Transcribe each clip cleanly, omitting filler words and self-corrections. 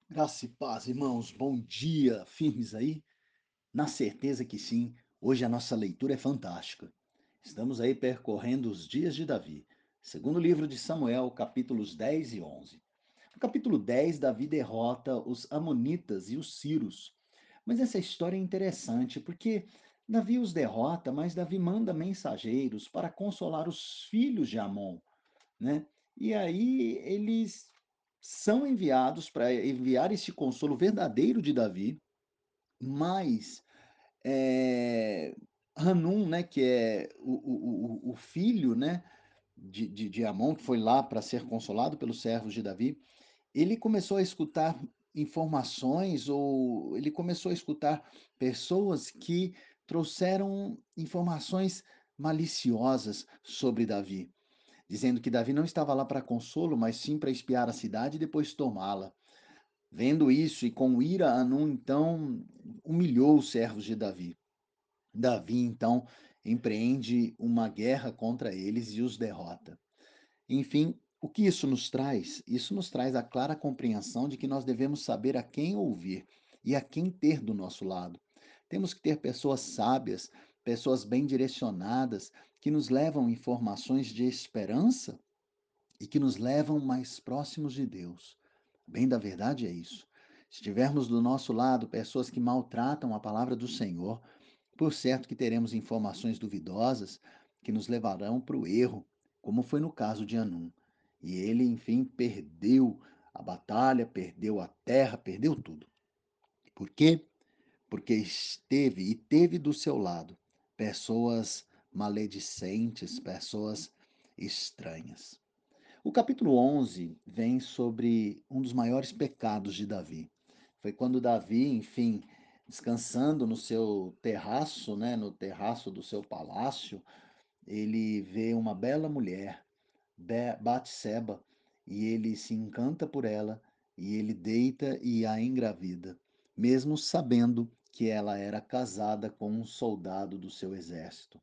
Graça e paz, irmãos. Bom dia, firmes aí? Na certeza que sim, hoje a nossa leitura é fantástica. Estamos aí percorrendo os dias de Davi, segundo livro de Samuel, capítulos 10 e 11. No capítulo 10, Davi derrota os Amonitas e os Ciros. Mas essa história é interessante porque Davi os derrota, mas Davi manda mensageiros para consolar os filhos de Amon, né? E aí eles são enviados para enviar esse consolo verdadeiro de Davi, mas Hanum, né, que é o filho, né, de Amon, que foi lá para ser consolado pelos servos de Davi, ele começou a escutar informações ou ele começou a escutar pessoas que trouxeram informações maliciosas sobre Davi, dizendo que Davi não estava lá para consolo, mas sim para espiar a cidade e depois tomá-la. Vendo isso e com ira, Hanun então humilhou os servos de Davi. Davi então empreende uma guerra contra eles e os derrota. Enfim, o que isso nos traz? Isso nos traz a clara compreensão de que nós devemos saber a quem ouvir e a quem ter do nosso lado. Temos que ter pessoas sábias, pessoas bem direcionadas, que nos levam informações de esperança e que nos levam mais próximos de Deus. Bem da verdade é isso. Se tivermos do nosso lado pessoas que maltratam a palavra do Senhor, por certo que teremos informações duvidosas que nos levarão para o erro, como foi no caso de Anum. E ele, enfim, perdeu a batalha, perdeu a terra, perdeu tudo. Por quê? Porque esteve e teve do seu lado pessoas maledicentes, pessoas estranhas. O capítulo 11 vem sobre um dos maiores pecados de Davi. Foi quando Davi, enfim, descansando no seu terraço, né, no terraço do seu palácio, ele vê uma bela mulher, Batseba, e ele se encanta por ela e ele deita e a engravida, mesmo sabendo que ela era casada com um soldado do seu exército.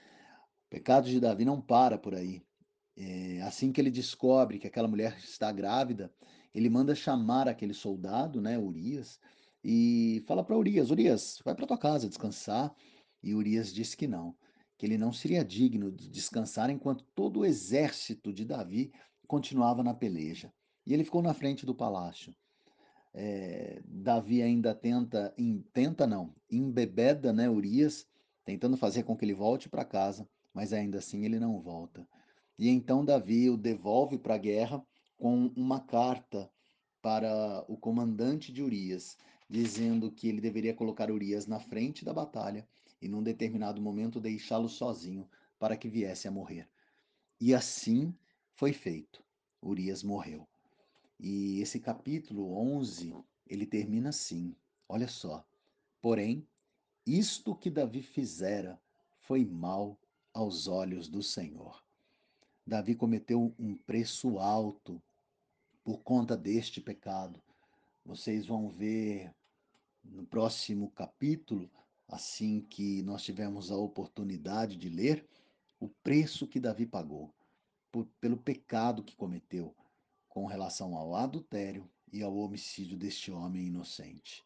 O pecado de Davi não para por aí. Assim que ele descobre que aquela mulher está grávida, ele manda chamar aquele soldado, né, Urias, e fala para Urias: Urias, vai para tua casa descansar. E Urias diz que ele não seria digno de descansar enquanto todo o exército de Davi continuava na peleja. E ele ficou na frente do palácio. Davi ainda tenta não, embebeda, né, Urias, tentando fazer com que ele volte para casa, mas ainda assim ele não volta. E então Davi o devolve para a guerra com uma carta para o comandante de Urias, dizendo que ele deveria colocar Urias na frente da batalha e num determinado momento deixá-lo sozinho para que viesse a morrer. E assim foi feito. Urias morreu. E esse capítulo 11, ele termina assim. Olha só. Porém, isto que Davi fizera foi mal aos olhos do Senhor. Davi cometeu um preço alto por conta deste pecado. Vocês vão ver no próximo capítulo, assim que nós tivermos a oportunidade de ler, o preço que Davi pagou pelo pecado que cometeu com relação ao adultério e ao homicídio deste homem inocente.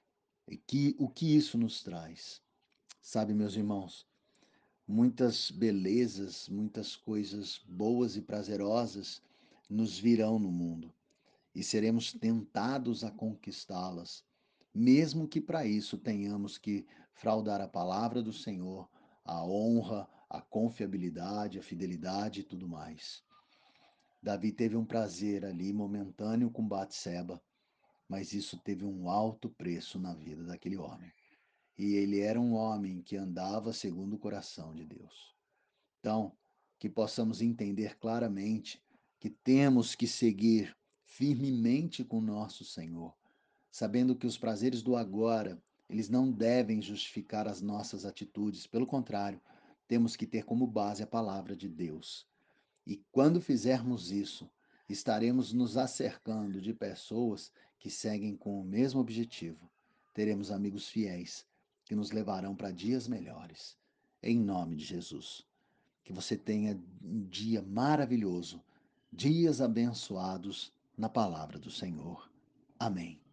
O que isso nos traz? Sabe, meus irmãos, muitas belezas, muitas coisas boas e prazerosas nos virão no mundo e seremos tentados a conquistá-las, mesmo que para isso tenhamos que fraudar a palavra do Senhor, a honra, a confiabilidade, a fidelidade e tudo mais. Davi teve um prazer ali momentâneo com Batseba, mas isso teve um alto preço na vida daquele homem. E ele era um homem que andava segundo o coração de Deus. Então, que possamos entender claramente que temos que seguir firmemente com nosso Senhor, sabendo que os prazeres do agora, eles não devem justificar as nossas atitudes, pelo contrário, temos que ter como base a palavra de Deus. E quando fizermos isso, estaremos nos acercando de pessoas que seguem com o mesmo objetivo. Teremos amigos fiéis que nos levarão para dias melhores. Em nome de Jesus. Que você tenha um dia maravilhoso, dias abençoados na palavra do Senhor. Amém.